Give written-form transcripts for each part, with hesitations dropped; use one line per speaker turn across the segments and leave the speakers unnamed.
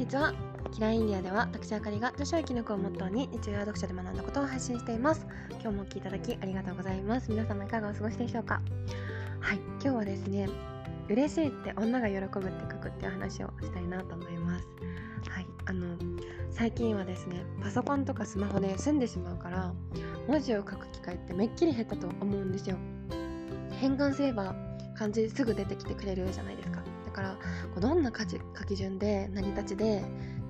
ちは。キラインディアでは私あかりが女子は生き抜くをモットーに日常や読書で学んだことを発信しています。今日もお聞きいただきありがとうございます。皆様いかがお過ごしでしょうか。はい、今日はですね、嬉しいって女が喜ぶって書くっていう話をしたいなと思います。はい、最近はですね、パソコンとかスマホで済んでしまうから文字を書く機会ってめっきり減ったと思うんですよ。変換すれば漢字すぐ出てきてくれるじゃないですか。だからどんな書き順で成り立ちで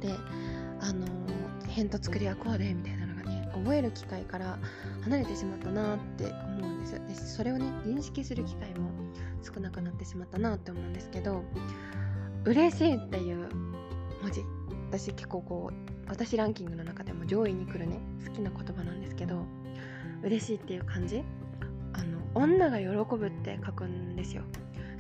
辺と作りはこうでみたいなのがね、覚える機会から離れてしまったなって思うんです。でそれをね、認識する機会も少なくなってしまったなって思うんですけど、嬉しいっていう文字、私結構私ランキングの中でも上位に来るね、好きな言葉なんですけど、嬉しいっていう漢字、女が喜ぶって書くんですよ、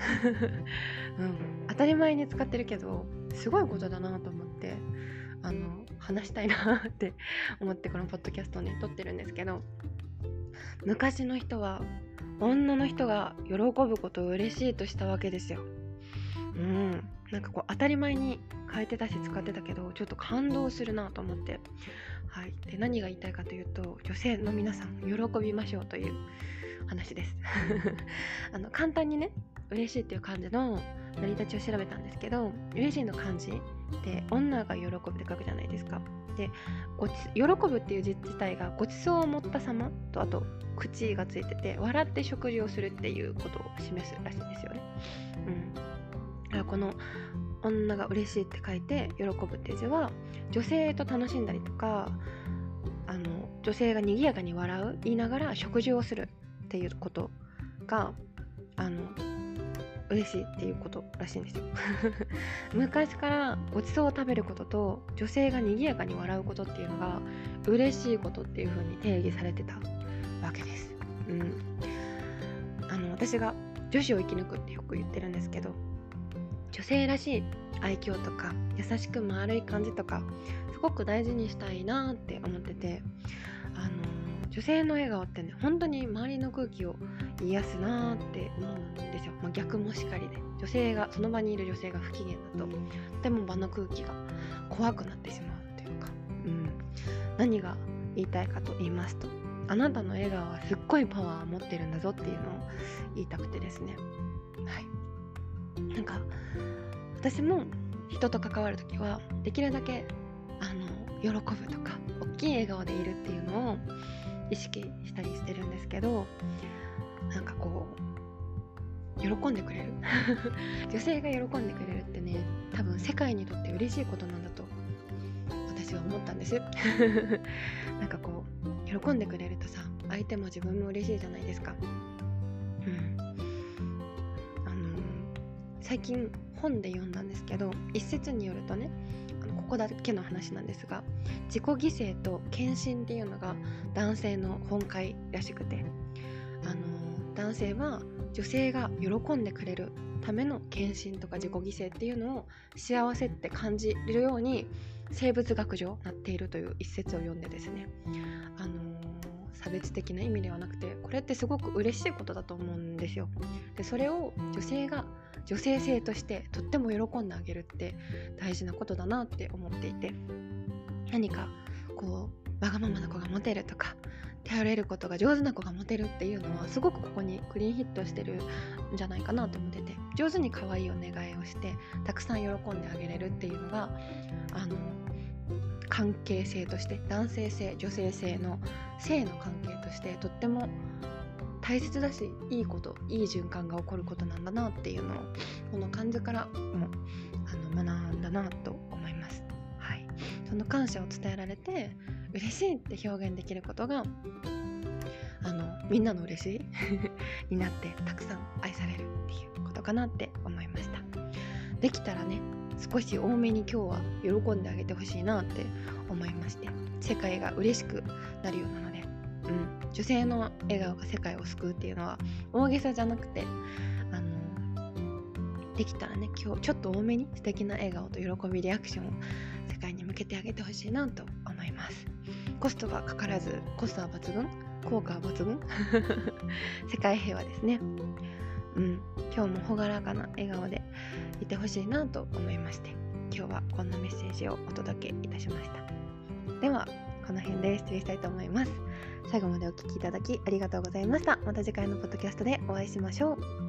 当たり前に使ってるけどすごいことだなと思って話したいなって思ってこのポッドキャストをね撮ってるんですけど、昔の人は女の人が喜ぶことを嬉しいとしたわけですよ。なんか当たり前に変えてたし使ってたけど、ちょっと感動するなと思って、はい。で何が言いたいかというと、女性の皆さん喜びましょうという話です簡単にね、嬉しいっていう漢字の成り立ちを調べたんですけど、嬉しいの漢字で女が喜ぶって書くじゃないですか。で喜ぶっていう字自体がごちそうを持った様と、あと口がついてて笑って食事をするっていうことを示すらしいんですよね。この女が嬉しいって書いて喜ぶっていう字は、女性と楽しんだりとか、女性が賑やかに笑う言いながら食事をするっていうことが嬉しいっていうことらしいんですよ昔からごちそうを食べることと女性が賑やかに笑うことっていうのが嬉しいことっていう風に定義されてたわけです。私が女子を生き抜くってよく言ってるんですけど、女性らしい愛嬌とか優しく丸い感じとかすごく大事にしたいなって思ってて、女性の笑顔ってね、本当に周りの空気を癒すなって思うんですよ。逆もしかりで、その場にいる女性が不機嫌だととても場の空気が怖くなってしまうというか、何が言いたいかと言いますと、あなたの笑顔はすっごいパワーを持ってるんだぞっていうのを言いたくてですね。はい。なんか私も人と関わるときはできるだけ喜ぶとか大きい笑顔でいるっていうのを意識したりしてるんですけど、なんか喜んでくれる女性が喜んでくれるってね、多分世界にとって嬉しいことなんだと私は思ったんですなんか喜んでくれるとさ、相手も自分も嬉しいじゃないですか。最近本で読んだんですけど、一説によるとね、ここだけの話なんですが、自己犠牲と献身っていうのが男性の本懐らしくて、男性は女性が喜んでくれるための献身とか自己犠牲っていうのを幸せって感じるように生物学上なっているという一節を読んでですね、差別的な意味ではなくて、これってすごく嬉しいことだと思うんですよ。でそれを女性が女性性としてとっても喜んであげるって大事なことだなって思っていて、何かわがままな子がモテるとか頼れることが上手な子がモテるっていうのはすごくここにクリーンヒットしてるんじゃないかなと思ってて、上手に可愛いお願いをしてたくさん喜んであげれるっていうのが関係性として、男性性女性性の性の関係としてとっても大切だし、いい循環が起こることなんだなっていうのをこの漢字からも学んだなと思います。はい。その感謝を伝えられて嬉しいって表現できることがみんなの嬉しいになってたくさん愛されるっていうことかなって思いました。できたらね、少し多めに今日は喜んであげてほしいなって思いまして、世界が嬉しくなるようなので、女性の笑顔が世界を救うっていうのは大げさじゃなくて、できたらね、今日ちょっと多めに素敵な笑顔と喜びリアクションを世界に向けてあげてほしいなと思います。コストがかからず、コストは抜群、効果は抜群世界平和ですね。今日も朗らかな笑顔でいてほしいなと思いまして、 今日はこんなメッセージをお届けいたしました。ではこの辺で失礼したいと思います。最後までお聞きいただきありがとうございました。また次回のポッドキャストでお会いしましょう。